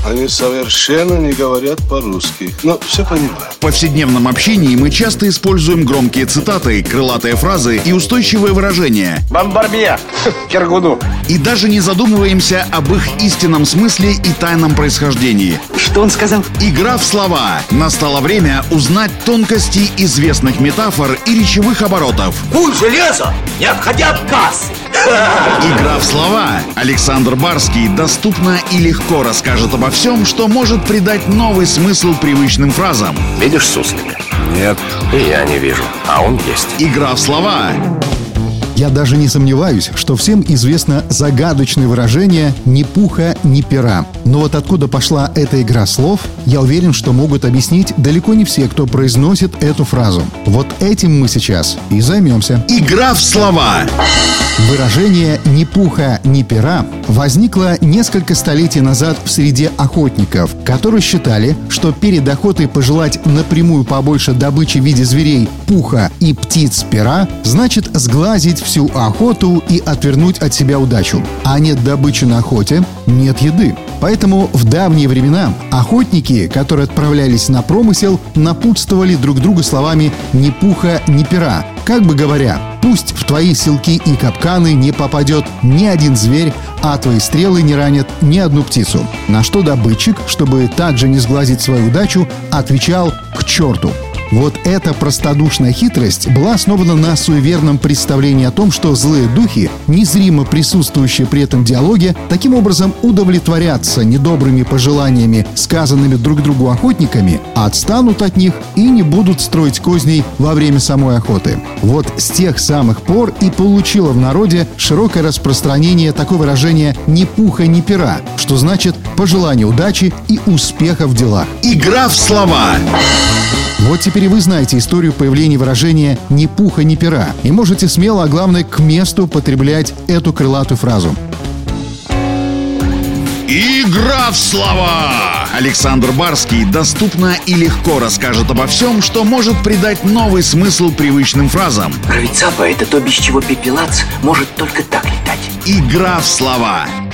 Они совершенно не говорят по-русски. Но все понимаю. В повседневном общении мы часто используем громкие цитаты, крылатые фразы и устойчивые выражения. Бомбарбье! Киргуду! И даже не задумываемся об их истинном смысле и тайном происхождении. Что он сказал? Игра в слова. Настало время узнать тонкости известных метафор и речевых оборотов. Куй железо, не отходя от кассы. Игра в слова. Александр Барский доступно и легко расскажет обо всем, что может придать новый смысл привычным фразам. Видишь суслика? Нет. И я не вижу, а он есть. Игра в слова. Я даже не сомневаюсь, что всем известно загадочное выражение «ни пуха, ни пера». Но вот откуда пошла эта игра слов, я уверен, что могут объяснить далеко не все, кто произносит эту фразу. Вот этим мы сейчас и займемся. Игра в слова. Выражение «ни пуха, ни пера» возникло несколько столетий назад в среде охотников, которые считали, что перед охотой пожелать напрямую побольше добычи в виде зверей, пуха и птиц пера значит сглазить всю охоту и отвернуть от себя удачу. А нет добычи на охоте — нет еды. Поэтому в давние времена охотники, которые отправлялись на промысел, напутствовали друг друга словами «ни пуха, ни пера», как бы говоря: пусть в твои селки и капканы не попадет ни один зверь, а твои стрелы не ранят ни одну птицу. На что добытчик, чтобы также не сглазить свою удачу, отвечал «к черту». Вот эта простодушная хитрость была основана на суеверном представлении о том, что злые духи, незримо присутствующие при этом диалоге, таким образом удовлетворятся недобрыми пожеланиями, сказанными друг другу охотниками, отстанут от них и не будут строить козней во время самой охоты. Вот с тех самых пор и получило в народе широкое распространение такое выражение «ни пуха, ни пера», что значит пожелание удачи и успеха в делах. Игра в слова. Вот теперь и вы знаете историю появления выражения «ни пуха, ни пера» и можете смело, а главное, к месту потреблять эту крылатую фразу. Игра в слова. Александр Барский доступно и легко расскажет обо всем, что может придать новый смысл привычным фразам. Рыцапа — это то, без чего пепелац может только так летать. Игра в слова.